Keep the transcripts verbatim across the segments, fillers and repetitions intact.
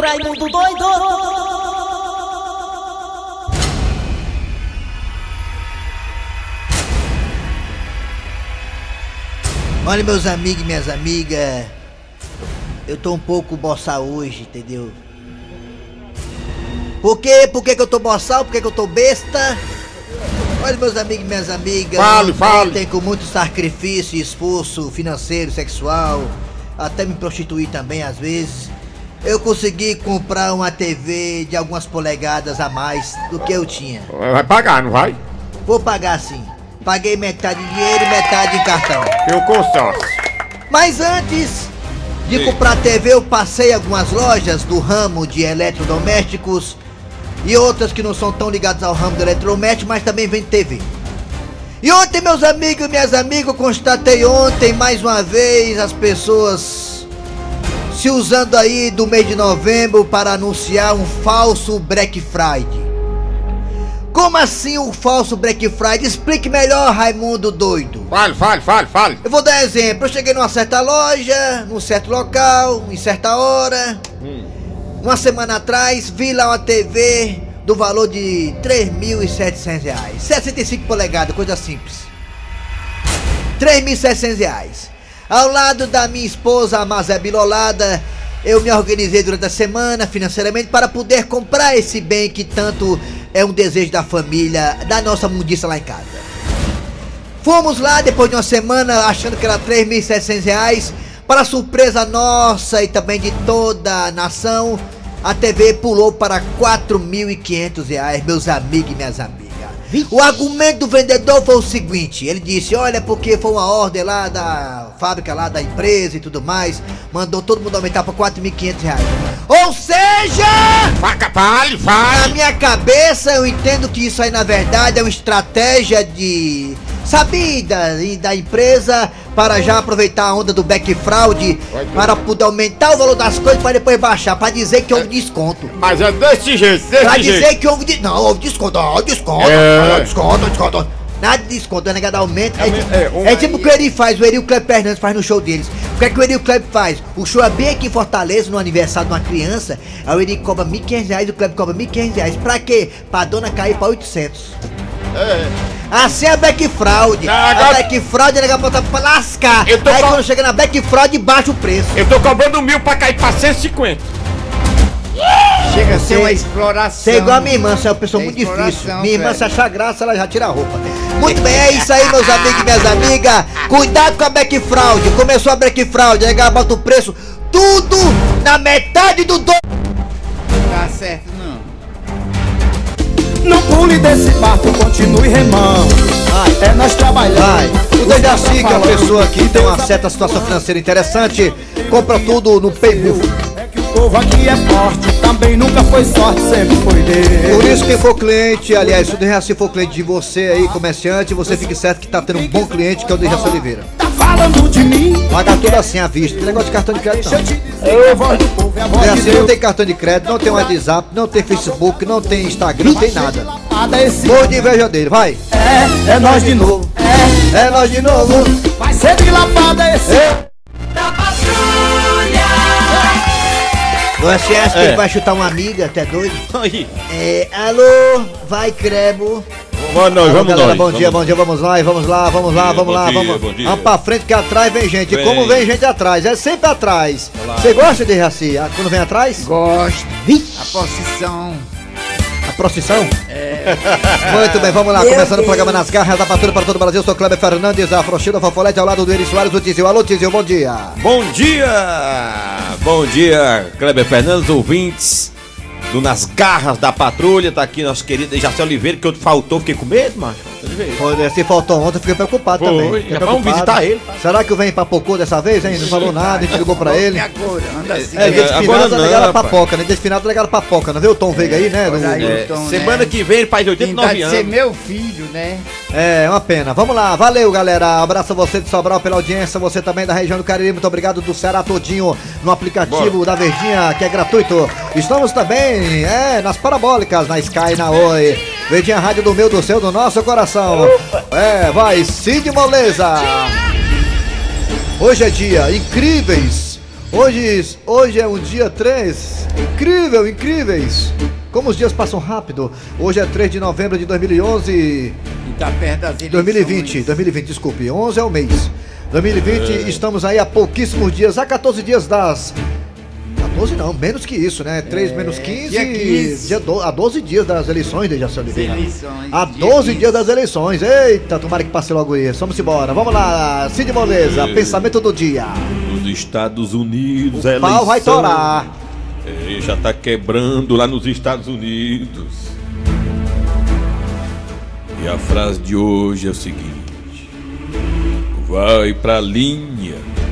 Raimundo doido! Olha, meus amigos e minhas amigas, eu tô um pouco boçal hoje, entendeu? Por quê? Por que que eu tô boçal? Por que que eu tô besta? Olha, meus amigos e minhas amigas, fale, fale. Tem com muito sacrifício e esforço financeiro, sexual, até me prostituir também às vezes, eu consegui comprar uma T V de algumas polegadas a mais do que eu tinha. Vai pagar, não vai? Vou pagar sim. Paguei metade em dinheiro e metade em cartão. Eu consórcio. Mas antes de comprar a T V, eu passei algumas lojas do ramo de eletrodomésticos e outras que não são tão ligadas ao ramo do eletrodoméstico, mas também vende T V. E ontem, meus amigos e minhas amigas, eu constatei ontem, mais uma vez, as pessoas se usando aí do mês de novembro para anunciar um falso Black Friday. Como assim um falso Black Friday? Explique melhor, Raimundo doido. Fale, fale, fale, fale. Eu vou dar exemplo. Eu cheguei numa certa loja, num certo local, em certa hora. Hum. Uma semana atrás, vi lá uma T V do valor de três mil e setecentos reais. sessenta e cinco polegadas, coisa simples. três mil e setecentos reais. Ao lado da minha esposa, a Mazé Bilolada, eu me organizei durante a semana financeiramente para poder comprar esse bem que tanto é um desejo da família, da nossa mundiça lá em casa. Fomos lá depois de uma semana achando que era três mil e setecentos reais. Para surpresa nossa e também de toda a nação, a T V pulou para quatro mil e quinhentos reais, meus amigos e minhas amigas. O argumento do vendedor foi o seguinte: ele disse, olha, porque foi uma ordem lá da fábrica, lá da empresa e tudo mais, mandou todo mundo aumentar para quatro mil e quinhentos reais. Ou seja, Faca, fale, fale. na minha cabeça eu entendo que isso aí na verdade é uma estratégia de sabida da empresa para já aproveitar a onda do Black Fraud, para poder aumentar o valor das coisas para depois baixar, para dizer que houve desconto. Mas é desse jeito, desse Pra jeito. dizer que houve de... Não, houve desconto, ó, desconto, É. ó, desconto, desconto. Nada de desconto, é negado aumento. É, É, é, um é tipo o que o Eri faz, o Eri e o Cleber Fernandes faz no show deles. O que é que o Eri e o Cleber faz? O show é bem aqui em Fortaleza, no aniversário de uma criança. Aí o Eri cobra mil e quinhentos reais e o Cleber cobra mil e quinhentos reais. Pra quê? Pra dona cair pra oitocentos. É. Assim é a Black Fraud. Não, A agora- Black Fraud é legal botar pra lascar. Eu tô Aí com- quando chega na Black Fraud, baixa o preço. Eu tô cobrando mil pra cair pra cento e cinquenta. Chega a ser Você- uma exploração. Você é igual a minha irmã, você é uma pessoa É muito difícil. exploração, Minha irmã, velho. se achar graça, ela já tira a roupa. Muito bem, é isso aí, meus amigos e minhas amigas. Cuidado com a Black Fraud. Começou a Black Fraud, aí ela bota o preço tudo na metade do do... Tá certo, não. Não pule desse barco, continue remando. Vai. É nós trabalhando. Vai. O Dejaci, que é uma pessoa que tem uma certa situação financeira interessante, compra tudo no PayMove. É que o povo aqui é forte, também nunca foi sorte, sempre foi Deus. Por isso, quem for cliente, aliás, se o Dejaci for cliente de você aí, comerciante, você fique certo que tá tendo um bom cliente, que é o Dejaci Oliveira. Tá falando de mim? Paga tudo assim à vista, tem negócio de cartão de crédito Deixa eu não. te dizer que a voz do povo é a voz de Dejaci não Deus. tem cartão de crédito, não tem WhatsApp, não tem Facebook, não tem Instagram, não tem nada. Lapada esse Morro de inveja dele, vai. é, é nós de novo. É, É nós de novo. vai ser de lapada esse. É. Da patrulha! No S S que É. ele vai chutar uma amiga, até doido. Aí. É, alô, vai crebo. Vamos nós, Alô, vamos galera, nós. bom dia, bom dia, vamos lá, vamos lá, vamos lá, dia, vamos bom lá, dia, vamos. bom dia. Vamos pra frente que atrás vem gente. Vem. Como vem gente atrás? É sempre atrás. Você gosta de Raci? Ah, quando vem atrás? Gosto. Vixe, A posição. a procissão? Muito bem, vamos lá, começando o programa Nas Garras da Patrulha para todo o Brasil. Eu sou Cleber Fernandes, a Frouxida Fofolete ao lado do Eri Soares, o Tizil. Alô, Tizil, bom dia. Bom dia! Bom dia, Kleber Fernandes, ouvintes do Nas Garras da Patrulha. Tá aqui nosso querido Dejaci Oliveira, que outro faltou, fiquei com medo, macho. Tá de vez. Foi, se faltou ontem, eu fiquei preocupado Foi, também. Fiquei já vamos visitar ele. Será que o vem papocou dessa vez, hein? Não falou nada, a gente ligou pra ele. E agora? Anda assim. É, dia de agora finado não, é legal a rapaz. papoca, né? Dia de finado é legal a papoca, não viu o Tom Veiga aí, né? olha aí. Do- É, Então, semana né? que vem ele faz oitenta e Tentar nove de ser anos. meu filho, né? É, uma pena. Vamos lá, valeu, galera. Abraço a você de Sobral pela audiência, você também da região do Cariri, muito obrigado do Ceará todinho no aplicativo da Verdinha, que é gratuito. Estamos também, é, nas parabólicas, na Sky, na Oi. Verdinha Rádio do meu, do seu, do nosso coração. É, vai, Cid Moleza. Hoje é dia incríveis. Hoje, hoje é um dia três, incrível, incríveis. Como os dias passam rápido. Hoje é três de novembro de dois mil e onze. E tá perto das eleições. dois mil e vinte, dois mil e vinte, desculpe, onze é o mês. dois mil e vinte, é. Estamos aí há pouquíssimos dias, há quatorze dias das... quatorze não, menos que isso, né? três é, menos quinze, dia quinze. Dia do, há doze dias das eleições, Dejaci Oliveira. Eleições. Há doze dias das eleições. Eita, tomara que passe logo isso. Vamos embora, vamos lá, Cid Moleza, é. Pensamento do dia. Nos Estados Unidos, o pau vai torar. É, já tá quebrando lá nos Estados Unidos. E a frase de hoje é o seguinte: vai pra linha.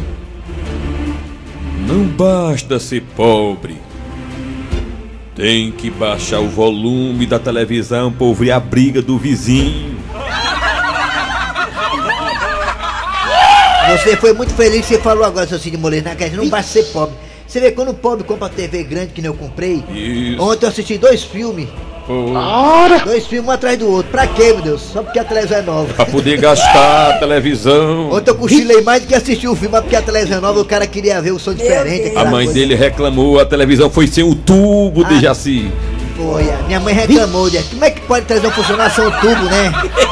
Não basta ser pobre, tem que baixar o volume da televisão pra ouvir a briga do vizinho. Você foi muito feliz que você falou agora, seu Cid Moleza, né? Que a gente não basta ser pobre. Você vê, quando o pobre compra T V grande, que nem eu comprei. Isso. Ontem eu assisti dois filmes. Ora. Dois filmes um atrás do outro. Pra quê, meu Deus? Só porque a televisão é nova. Pra poder gastar a televisão. Ontem eu cochilei mais do que assistir o filme, mas porque a televisão é nova, o cara queria ver o som diferente. A mãe coisa. dele reclamou, a televisão foi sem o tubo, ah, Dejaci. Foi, a minha mãe reclamou. De, como é que pode a televisão funcionar sem o tubo, né?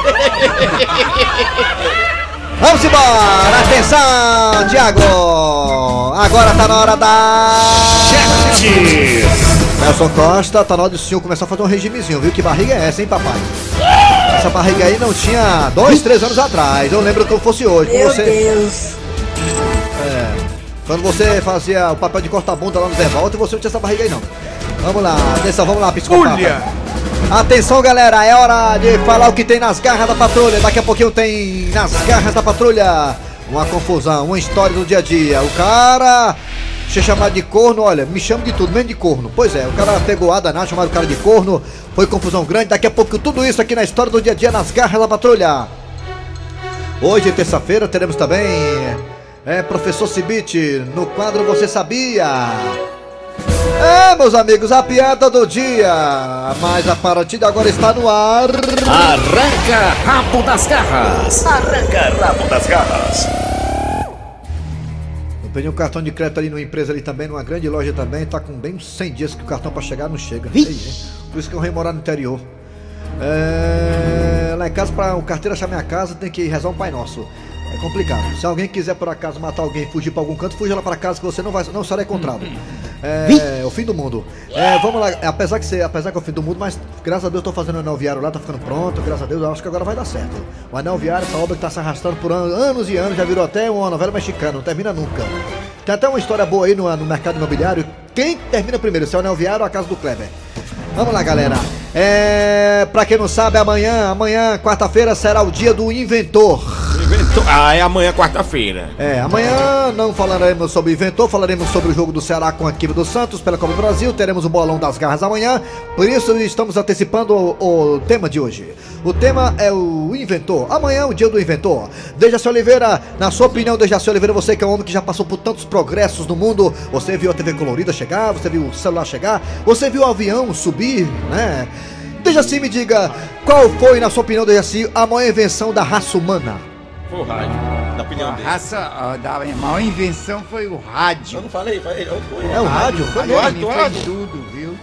Vamos embora! Atenção, Tiago! Agora tá na hora da... Chat! Nelson Costa, tá na hora do senhor começar a fazer um regimezinho, viu? Que barriga é essa, hein, papai? Essa barriga aí não tinha dois, três anos atrás. Eu lembro como fosse hoje. Meu você... Deus! É, quando você fazia o papel de corta-bunda lá no Zé Volta, você não tinha essa barriga aí, não. Vamos lá, atenção, vamos lá, psicopata. Ulha. Atenção, galera, é hora de falar o que tem nas garras da patrulha. Daqui a pouquinho tem nas garras da patrulha uma confusão, uma história do dia a dia. O cara... ser chamado de corno, olha, me chama de tudo, menos de corno. Pois é, o cara pegou a danada, chamaram o cara de corno, foi confusão grande. Daqui a pouco tudo isso aqui na história do dia a dia nas garras da patrulha. Hoje, terça-feira, teremos também é, Professor Cibite no quadro Você Sabia? É, meus amigos, a piada do dia. Mas a partir de agora está no ar. Arranca rabo das garras. Arranca rabo das garras. Peguei um cartão de crédito ali numa empresa ali também, numa grande loja também, tá com bem uns cem dias que o cartão pra chegar não chega. Ei, por isso que eu venho morar no interior. É... Lá em casa, pra o carteiro achar minha casa, tem que rezar um Pai Nosso. É complicado. Se alguém quiser por acaso matar alguém e fugir pra algum canto, fuja lá pra casa que você não vai, não será encontrado. É o fim do mundo. É, vamos lá, apesar que, ser, apesar que é o fim do mundo, mas graças a Deus eu tô fazendo o anel viário lá, tá ficando pronto, graças a Deus, eu acho que agora vai dar certo. O anel viário, essa obra que tá se arrastando por anos, anos e anos, já virou até uma novela mexicana, não termina nunca. Tem até uma história boa aí no, no mercado imobiliário. Quem termina primeiro, se é o anel viário ou a casa do Kleber? Vamos lá, galera. É, pra quem não sabe, amanhã, amanhã, quarta-feira, será o dia do inventor. Inventor. Ah, é amanhã, quarta-feira. É, amanhã não falaremos sobre o inventor, falaremos sobre o jogo do Ceará com a equipe do Santos pela Copa do Brasil, teremos o bolão das garras amanhã, por isso estamos antecipando o, o tema de hoje. O tema é o inventor. Amanhã é o dia do inventor. Dejaci Oliveira, na sua opinião, Dejaci Oliveira, você que é um homem que já passou por tantos progressos no mundo, você viu a T V colorida chegar, você viu o celular chegar, você viu o avião subir, né? Dejaci, me diga, qual foi, na sua opinião, Dejaci, a maior invenção da raça humana? Foi o rádio, na opinião A dele. raça, a, da maior invenção foi o rádio. Eu não falei, falei, eu fui. É o rádio? Foi Foi mesmo. fez tudo, viu?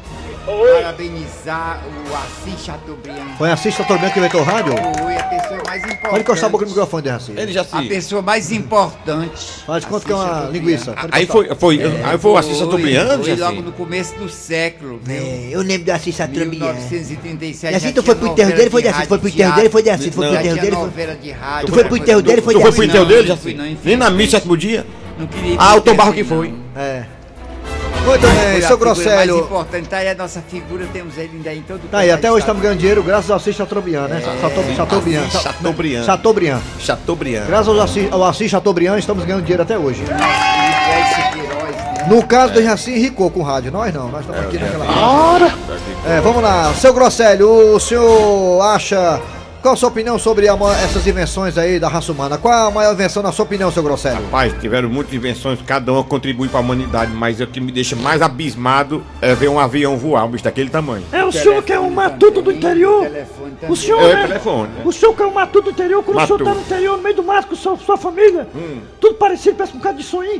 Parabenizar o Assis Chateaubriand. Foi a Cista Tormento que inventou o rádio? Foi a pessoa mais importante. Pode encostar a boca no microfone, Dejaci. Ele já se... A pessoa mais importante. Faz de conta que é Assis uma Chateaubriand. linguiça. Pode Aí encostar. foi, foi, É, aí foi o Assis Chateaubriand, Foi já logo assim. no começo do século, viu? É, eu lembro da Cista mil Tormento. novecentos e trinta e sete. E assim, já tu foi tinha pro enterro dele, foi de novela assim, tu foi pro de enterro dele, foi de assim, tu rádio, foi pro já enterro tinha dele, foi... novela de rádio. Tu foi pro enterro dele, foi Tu de foi pro assim. enterro dele, já não fui, assim? não, Nem infelizmente. na missa, sétimo dia? Não queria ir Ah, pro o Tom Barro enterro, que foi. não. É. Muito bem, Foi a seu figura Grosselho. mais importante, tá aí a nossa figura, temos ele ainda em todo Tá aí, canto, até hoje sabe? estamos ganhando dinheiro graças ao Assis Chateaubriand, né? Chateau- Chateaubriand. Assis Chateaubriand. Chateaubriand. Chateaubriand. Graças ao Assis, ao Assis Chateaubriand estamos ganhando dinheiro até hoje. E Esse Queiroz, né? No caso do Jaci, enricou com o rádio. Nós não, nós estamos aqui naquela... É, vamos lá. Seu Grosselho, o senhor acha... Qual a sua opinião sobre a ma- essas invenções aí da raça humana? Qual a maior invenção na sua opinião, seu Grosselho? Rapaz, tiveram muitas invenções, cada uma contribui para a humanidade, mas o que me deixa mais abismado é ver um avião voar, um bicho daquele tamanho. É o senhor que é um matuto do interior. Telefone também. O senhor, É o né? telefone, né? O senhor que é um matuto do interior, quando o senhor Matuto. tá no interior, no meio do mato com sua, sua família, tudo parecido, parece um bocado de sonho.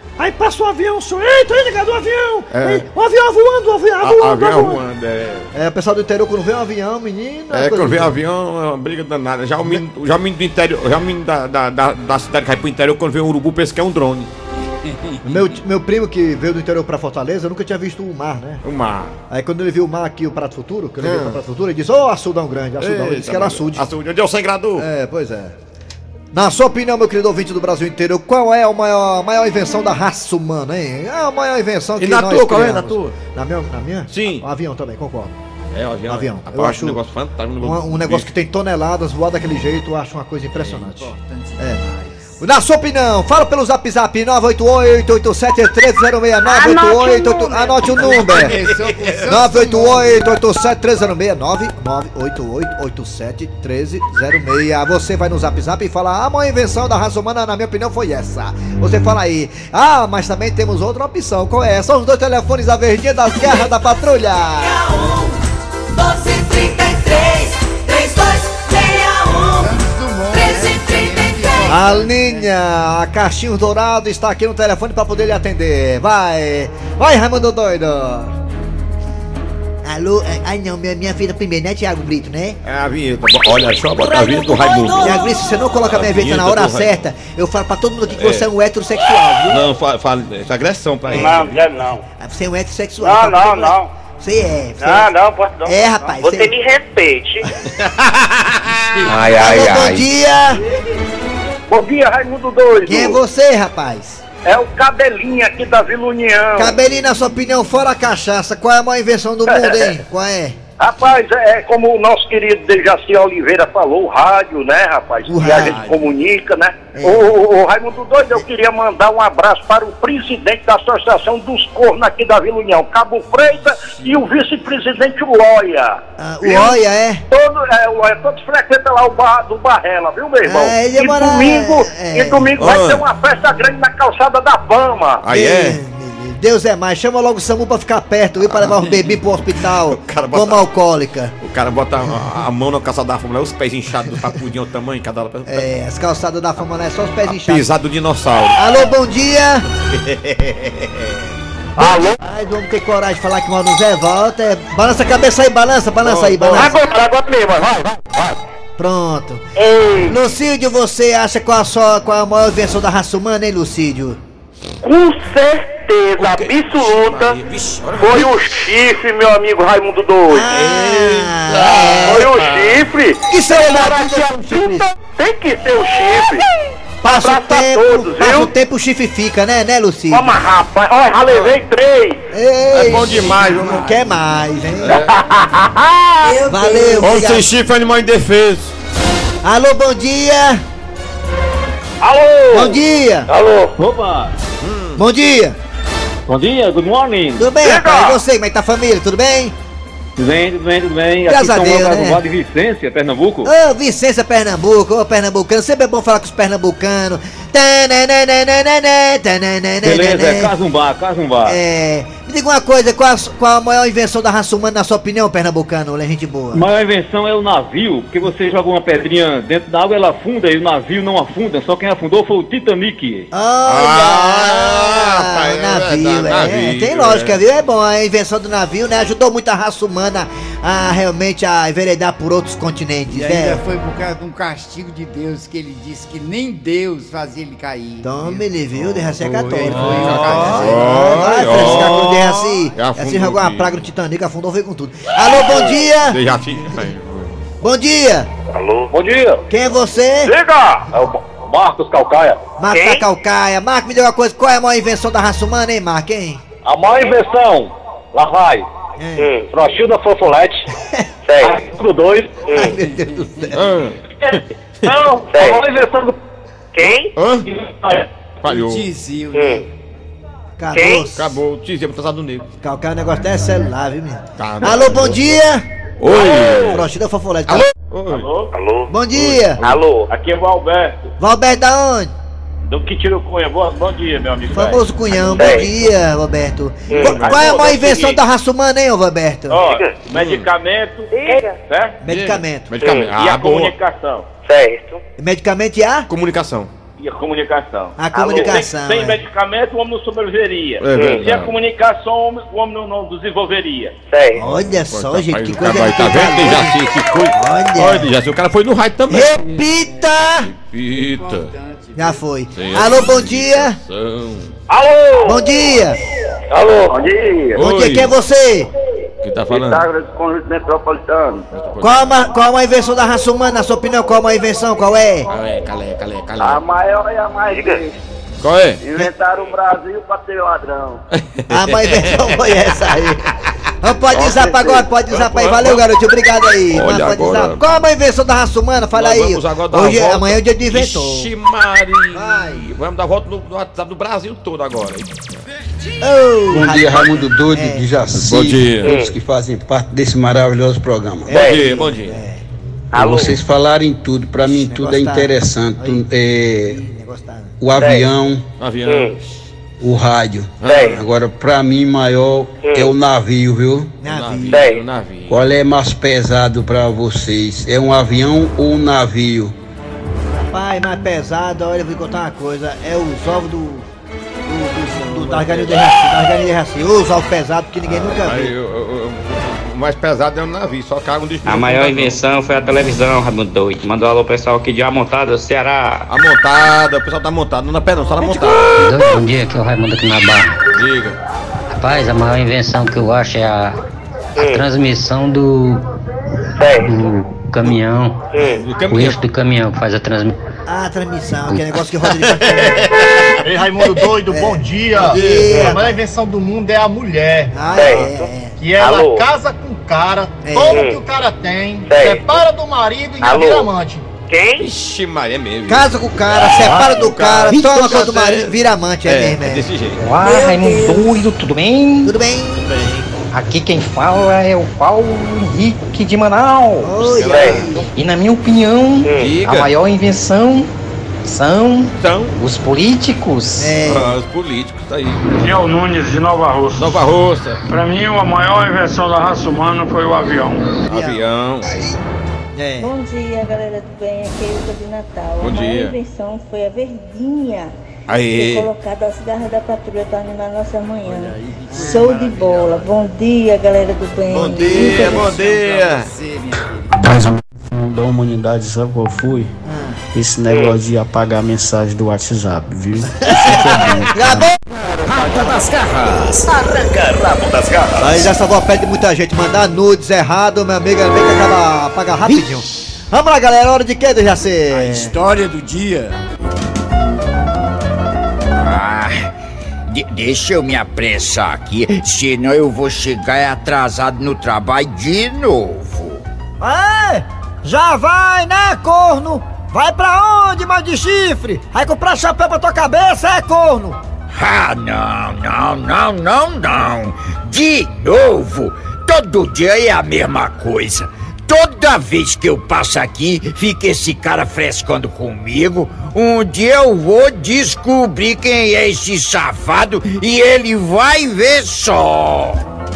Aí passa um avião, só, eita, aí, negado, um avião! É. Ei, um avião voando, um avião A- voando, avião voando. voando, é. É, o pessoal do interior quando vê um avião, menino... É, coisa quando vê de- avião é uma briga danada. Já o menino, já o menino do interior, já o menino da, da, da, da cidade que vai pro interior, quando vê um urubu, pensa que é um drone. Meu, meu primo que veio do interior pra Fortaleza nunca tinha visto o mar, né? O mar. Aí quando ele viu o mar aqui, o Prato Futuro, que ele veio Ah. pra Prato Futuro, ele disse, ô, açudão grande, açudão. Ele disse que era açude. Açude. Onde é o sem gradu? É, pois é. Na sua opinião, meu querido ouvinte do Brasil inteiro, qual é a maior, maior invenção da raça humana, hein? É a maior invenção que E na nós tua, qual é? criamos. Na tua? Na minha? Na minha? Sim. O avião também, concordo. É, o avião. Avião. Rapaz, Eu eu acho acho um negócio fantástico. Um Um, negócio, um negócio que tem toneladas, voar daquele jeito, eu acho uma coisa impressionante. Importante É. demais. Na sua opinião, fala pelo zap zap nove oito oito, oito sete três zero seis, nove oito oito, anote o número. Começou com seus nove oito oito, oito sete três zero seis, nove nove oito oito, oito sete três zero seis. Você vai no zap zap e fala, a maior invenção da raça humana, na minha opinião, foi essa. Você fala aí, ah, mas também temos outra opção. Qual é? São os dois telefones da verdinha das garras da patrulha. doze trinta e três, trinta e dois sessenta e um, Santos Dumont, treze trinta e três. A linha, a Caixinho Dourado está aqui no telefone para poder lhe atender. Vai, vai, Raimundo Doido. Alô, ai não, minha, minha vida primeiro, né, Thiago Brito, né? É a vinheta. Olha só, bota a vinheta do Raimundo. Thiago Brito, se você não coloca a minha A vinheta na vinheta hora do certa, eu falo pra todo mundo aqui que você é um heterossexual, viu? Não, fala, fala essa agressão pra ele. Não, não, não. Você é um heterossexual. Não, tá? não, não. Você é. Você Não, não, pode não. É, rapaz, Você você- me respeite. Ai, Alô, bom dia. Bom dia, Raimundo Doido. Quem é você, rapaz? É o Cabelinho aqui da Vila União. Cabelinho, na sua opinião, fora a cachaça, qual é a maior invenção do mundo, hein? Qual é? Rapaz, é como o nosso querido Dejaci Oliveira falou, o rádio, né, rapaz? O que a rádio. gente comunica, né? É. O, o- o Raimundo Doido, eu queria mandar um abraço para o presidente da Associação dos Cornos aqui da Vila União, Cabo Freitas, e o vice-presidente Loia. Ah, o Viu? Oia, é? Todo, é, o Loia, todos frequentam lá o bar do Barrela, viu, meu irmão? É, ele e, mora- domingo, é. e domingo vai Ah. ter uma festa grande na calçada da Fama. Aí é? Meu Deus é mais, chama logo o SAMU pra ficar perto, viu? Pra levar os bebês pro hospital cara bota- como alcoólica. O cara bota a, a mão na calçada da fama, os pés inchados do tapudinho ao tamanho, cada hora. É, as calçadas da fama não é só os pés inchados. Pisado do dinossauro. Alô, bom dia! Alô? Ai, vamos ter coragem de falar que o Mano Zé volta. É, balança a cabeça aí, balança, balança aí, balança. Agora, agora mesmo, vai, vai, vai. Pronto. Ei, Lucídio, você acha qual a, sua, qual a maior invenção da raça humana, hein, Lucídio? com certeza absoluta foi o chifre, meu amigo Raimundo Doido. Ah, Foi o chifre. Que seria da Agora vida que com a chifre? vida tem que ser o chifre. Passa o Abraço a tempo, todos, passa viu? o tempo, o chifre fica, né, né, Lucídio? Vamos, rapaz. Olha, já levei três. Ei, É bom demais, vamos. não quer mais, hein? Meu Valeu, Homem obrigado. sem chifre é animal indefeso. Alô, bom dia! Alô? Bom dia! Alô? Opa! Bom dia! Bom dia, good morning! Tudo bem, Diga. rapaz? E você, como é que tá a família? Tudo bem? Tudo bem, tudo bem, tudo bem? Graças a Aqui Deus, estamos né? no Vale de Vicência, Pernambuco. Ô, Vicência Pernambuco, ô Pernambucano, sempre é bom falar com os pernambucanos. Beleza, é Cazumbá, Cazumbá. É, me diga uma coisa, qual a, qual a maior invenção da raça humana, na sua opinião, pernambucano, né, gente boa? A maior invenção é o navio, porque você joga uma pedrinha dentro da água, ela afunda e o navio não afunda, só quem afundou foi o Titanic. Olha, Ah, rapaz, é navio, verdade, é, navio, tem lógica, viu? É bom, a invenção do navio, né, ajudou muito a raça humana a realmente a enveredar por outros continentes, E né? ainda foi por causa de um castigo de Deus que ele disse que nem Deus fazia ele cair. Tome ele, viu? Derraci é Foi, católico. foi, Vai, Ó, frescar ó. com o Derraci. Já afundou Assim jogou uma aqui. praga no Titanic, afundou, veio com tudo. Alô, bom dia! Você já tinha. Bom dia! Alô? Bom dia! Quem é você? Diga! É o Marcos Calcaia. Marco Quem? da Calcaia. Marco, me deu uma coisa, qual é a maior invenção da raça humana, hein, Marco, hein? A maior invenção, lá vai, É. Hum. Frochilda Fofolete, Certo. Artigo dois. Ai, meu Deus do céu. Ah, Não, a Certo. maior invenção do... Quem? hã? Falhou. Tizil, Hum. Acabou. Quem? Acabou. O tizia pro do negro. Calcaia, o negócio é celular, viu, menino? Tá, Alô, bom dia! Oi. Frochida Fofolete. Oi. Alô? Bom dia! Alô? Aqui é o Alberto, Valberto da onde? do Quitirucunha. Bom, bom dia, meu amigo. Famoso Cunhão, bom Bem. dia, Roberto. Hum. Qual, qual é a Agora maior é o invenção seguinte. da raça humana, hein, ô Roberto? Ó, Diga. medicamento, certo? Medicamento. Medicamento. E Ah, a boa. comunicação. Certo. Medicamento e a? Comunicação. E a comunicação. A comunicação, Sem, sem é. medicamento, o homem não sobreviveria. É verdade. Sem a comunicação, o homem, o homem não, não desenvolveria. Olha só, gente, que Rapaz, coisa tá vendo, Dejaci? Que coisa. Olha. Olha, Dejaci, o cara foi no rádio também. Repita! Repita. Já foi. Sim. Alô, bom dia. São. Alô! Bom dia. Alô! Bom dia! Bom dia, Oi. quem é você? Quem tá falando? Pitágoras do Conjunto Metropolitano. Qual a, ma- qual a invenção da raça humana, na sua opinião? Qual a invenção? Qual é? Calé, calé, calé, A calé. maior e a mais grande. Qual é? Inventaram o Brasil pra ter ladrão. A mãe invenção foi essa aí. Vamos, pode desapar agora, pode desapar aí. Valeu, garoto, obrigado aí. Olha Vamos, pode agora. desapar. Qual a invenção da raça humana? Fala Nós aí. vamos agora dar Hoje, uma volta. amanhã é o dia do inventor. Ixi, Maria. Vai. Vamos dar volta no, no WhatsApp do Brasil todo agora. Ô, Bom dia, Raimundo Doido É. de Jaci. Bom dia. Todos que fazem parte desse maravilhoso programa. Bom dia, bom dia. E vocês falarem tudo, pra mim tudo é negócio tá- interessante. É, negócio tá- o avião, Avião. o rádio. Sei. Agora, pra mim, maior é o navio, viu? Navio. Sei. O navio. Qual é mais pesado pra vocês? É um avião ou um navio? Rapaz, mais pesado, olha, eu vou contar uma coisa. É os ovos do. do, do, do das galinhas de Raci. Das galinhas de Raci. Os ovos pesados que ninguém nunca Aí, viu. eu- eu- eu- o mais pesado é o navio, só caga um de A maior invenção foi a televisão, Raimundo Doido. Mandou alô pessoal aqui de Amontada, Ceará. A montada, o pessoal tá montado. Não na pé não, só na montada. Bom dia, aqui é o Raimundo aqui na Barra. Diga. Rapaz, a maior invenção que eu acho é a, a Hum. transmissão do, Sei. do caminhão. O O caminhão. eixo do caminhão que faz a transmissão. Ah, transmissão, que é negócio que roda de café. Ei, Raimundo Doido, bom dia. Bom dia. A maior invenção do mundo é a mulher. Ah, é. Que ela Alô? casa com o cara, É. toma o que o cara tem, Sei. separa do marido e Alô? vira amante. Quem? Ixi, Maria, é mesmo. Casa com o cara, separa do cara, Vixe, toma você conta do até- marido, vira amante, é, É, mesmo, é é. desse jeito. Olá, Raimundo Doido, tudo bem? Tudo bem? Aqui quem fala é o Paulo Henrique de Manaus. Oi, Sei. E na minha opinião, Diga. a maior invenção são Então, os políticos. É. ah, os políticos tá aí. Daniel Nunes, de Nova Rússia. Nova Roça, Pra mim, a maior invenção da raça humana foi o avião. avião. É. Bom dia, galera do bem, aqui é Ilka de Natal. Bom a maior dia. invenção foi a verdinha. Aê. Ter colocado as garras da patrulha para animar nossa manhã. Show de bola. Bom dia, galera do bem. Bom dia, bom dia. Mas o da humanidade, sabe qual foi? Esse negócio de apagar a mensagem do WhatsApp, viu? Rabo das garras. Arranca rabo das garras. Aí já salvou a pele de muita gente. Mandar nudes errado, meu amigo, vem que acaba apagar rapidinho. Vamos lá, galera, hora de quê, Dejaci? História do dia. Ah, de- deixa eu me apressar aqui, senão eu vou chegar atrasado no trabalho de novo. É, já vai, né, corno? Vai pra onde, mal de chifre? Vai comprar chapéu pra tua cabeça, é, corno? Ah, não, não, não, não, não. De novo? Todo dia é a mesma coisa. Toda vez que eu passo aqui, fica esse cara frescando comigo. Um dia eu vou descobrir quem é esse safado e ele vai ver só.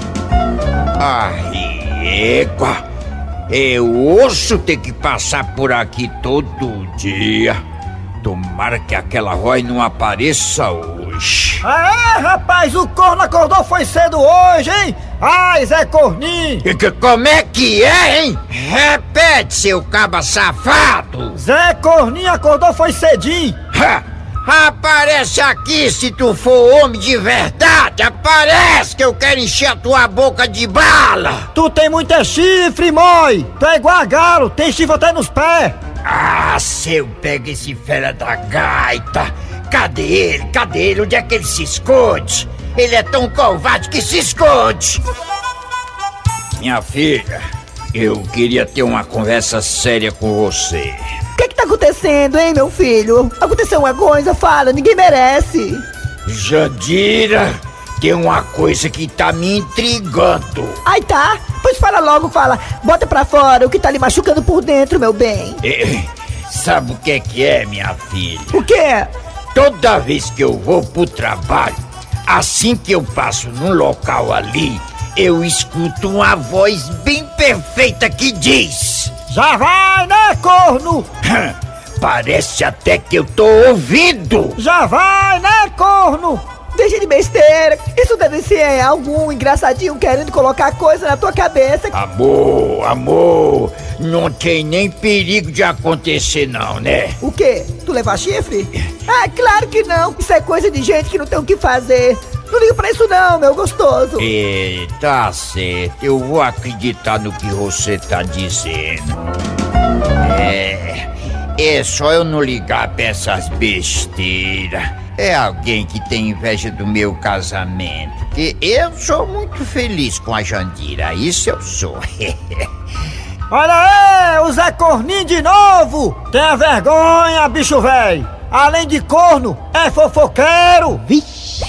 Ai, égua. Eu ouço ter que passar por aqui todo dia. Tomara que aquela Roy não apareça hoje. É, rapaz, o corno acordou foi cedo hoje, hein? Ai, Zé Corninho! E que- Como é que é, hein? Repete, seu caba safado! Zé Corninho acordou foi cedinho! Ha! Aparece aqui se tu for homem de verdade! Aparece que eu quero encher a tua boca de bala! Tu tem muito é chifre, mói! Tu é igual a galo, tem chifre até nos pés! Ah, se eu pego esse fera da gaita! Cadê ele? Cadê ele? Onde é que ele se esconde? Ele é tão covarde que se esconde! Minha filha, eu queria ter uma conversa séria com você. O que que tá acontecendo, hein, meu filho? Aconteceu uma coisa, fala, ninguém merece. Jandira, tem uma coisa que tá me intrigando. Ai, tá? Pois fala logo, fala. Bota pra fora o que tá lhe machucando por dentro, meu bem. É, sabe o que é que é, minha filha? O quê? Toda vez que eu vou pro trabalho, assim que eu passo num local ali, eu escuto uma voz bem perfeita que diz: Já vai, né, corno? Parece até que eu tô ouvindo. Já vai, né, corno? Deixa de besteira. Isso deve ser algum engraçadinho querendo colocar coisa na tua cabeça. Amor, amor, não tem nem perigo de acontecer não, né? O quê? Tu levar chifre? Ah, claro que não. Isso é coisa de gente que não tem o que fazer. Não ligo pra isso não, meu gostoso. É, tá certo. Eu vou acreditar no que você tá dizendo. É, é só eu não ligar pra essas besteiras. É alguém que tem inveja do meu casamento. Porque eu sou muito feliz com a Jandira, isso eu sou. Olha aí, o Zé Corninho de novo! Tenha vergonha, bicho velho! Além de corno, é fofoqueiro! Vixe!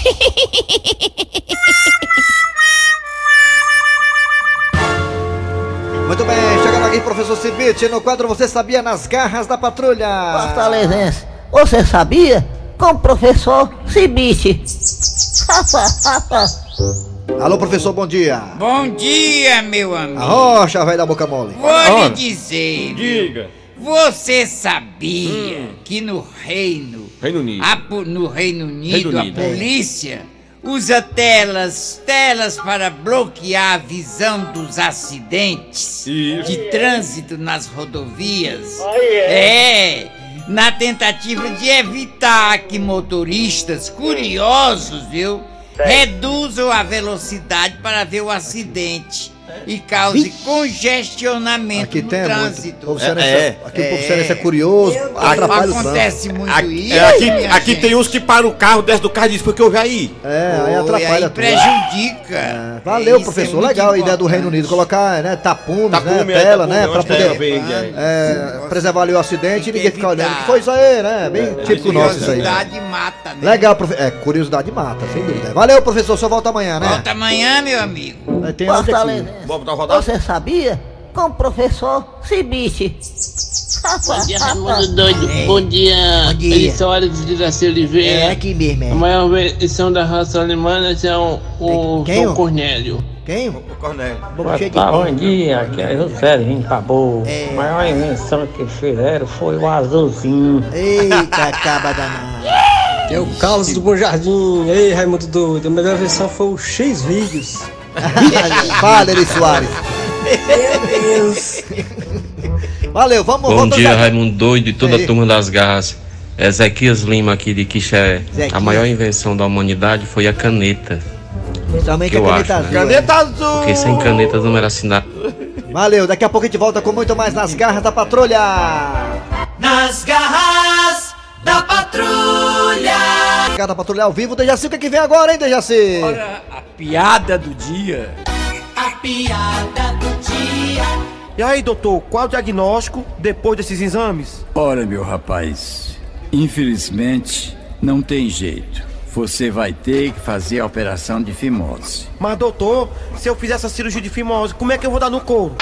Muito bem, chegando aqui, professor Cibite, no quadro Você Sabia, nas garras da patrulha. Fortalezense, você sabia? Com o professor Cibite. Alô, professor, bom dia. Bom dia, meu amigo. Arrocha, velho da boca mole. Vou lhe dizer. Diga. Você sabia Hum. que no Reino... Reino Unido. A, po- no Reino Unido, Reino Unido, a é. polícia usa telas, telas para bloquear a visão dos acidentes Isso. de trânsito nas rodovias. É, na tentativa de evitar que motoristas curiosos, viu, reduzam a velocidade para ver o acidente e cause congestionamento Aqui no tem muito. trânsito. O povo cearense- É. Aqui o povo cearense é curioso, atrapalha o Acontece trânsito. muito Aqui, isso, é, aqui, minha aqui gente. tem uns que param o carro, desce do carro e diz, foi que houve aí? É, aí Oi, atrapalha aí tudo. prejudica. É, valeu, Isso professor. é muito Legal a ideia do importante. Reino Unido. Colocar, né, tapumes, Tapume, né, é, tela, tapume, né, umas pra poder telas verde, é. é, preservar ali o acidente e Tem que ninguém ficar olhando. evitar. Que foi isso aí, né? Bem típico nosso isso aí. Curiosidade mata, né? Legal, professor. É, curiosidade mata, sem dúvida. Valeu, professor. Só volta amanhã, né? Volta amanhã, meu amigo. Aí tem áudio aqui. Fortalezense, Vamos dar uma rodada? você sabia? Com o professor Cibite. Bom dia, Raimundo Doido. Bom dia. Bom dia. Eles são horas de Diraci Oliveira. É aqui mesmo, é. A maior versão da raça alemã são o Quem? Dom Cornélio. Quem? O Cornélio. Boca cheia de- Bom dia, aqui é José Lino Acabou. A maior invenção que fizeram foi o azulzinho. Eita, caba danada. É o Carlos do Bom Jardim. Ei, Raimundo Doido. A melhor versão foi o X-Vídeos. Fala, Eri Soares. Meu Deus. Valeu, vamos Bom voltar dia, já. Raimundo Doido e toda Aí. a turma das garras. Ezequias Lima aqui de Quixé. Zequias. A maior invenção da humanidade foi a caneta. Também que que é eu caneta acho, azul. né? Caneta azul! Porque sem caneta não era assinado. Valeu, daqui a pouco a gente volta com muito mais nas garras da patrulha. Nas garras da patrulha. Garra da patrulha ao vivo, Dejaci, o que, é que vem agora, hein, Dejaci? Ora, a piada do dia. A piada do dia. E aí, doutor, qual o diagnóstico depois desses exames? Ora, meu rapaz, infelizmente não tem jeito. Você vai ter que fazer a operação de fimose. Mas, doutor, se eu fizer essa cirurgia de fimose, como é que eu vou dar no couro?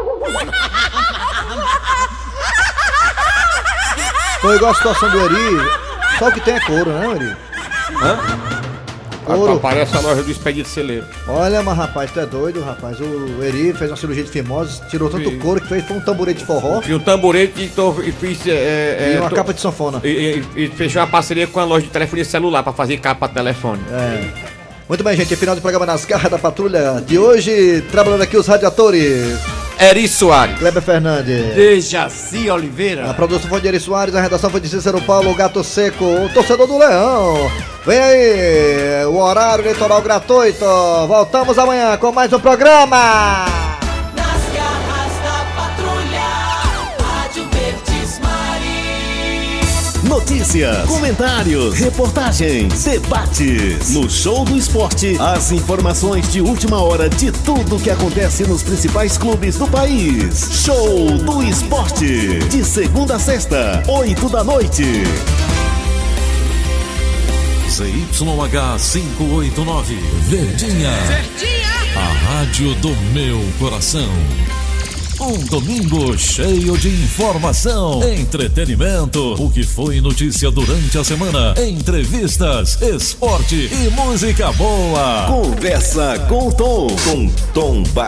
Foi igual a situação do Eri. Só o que tem é couro, né, Eri? Hã? Couro. Parece a loja do Expedito Celeiro. Olha, mas rapaz, tu é doido, rapaz. O Eri fez uma cirurgia de fimose, tirou tanto Sim. couro que fez foi um tamborete de forró E um tamborete e, tô, e fiz. É, e é, uma tô- capa de sanfona. E, e, e fechou uma parceria com a loja de telefonia celular pra fazer capa de telefone. É. Muito bem, gente. Final do programa Nas Garras da Patrulha de hoje. Trabalhando aqui os radiatores. Eri Soares. Kleber Fernandes. Dejaci Oliveira. A produção foi de Eri Soares, a redação foi de Cícero Paulo, o Gato Seco, o torcedor do Leão. Vem aí, o horário eleitoral gratuito. Voltamos amanhã com mais um programa. Nas garras da patrulha. Rádio Verdes Maris. Notícias, comentários, reportagens, debates. No Show do Esporte, as informações de última hora de tudo que acontece nos principais clubes do país. Show do Esporte. De segunda a sexta, oito da noite. Z Y H cinco oito nove, Verdinha. A rádio do meu coração. Um domingo cheio de informação, entretenimento, o que foi notícia durante a semana, entrevistas, esporte e música boa. Conversa com o Tom. Com Tom Ba.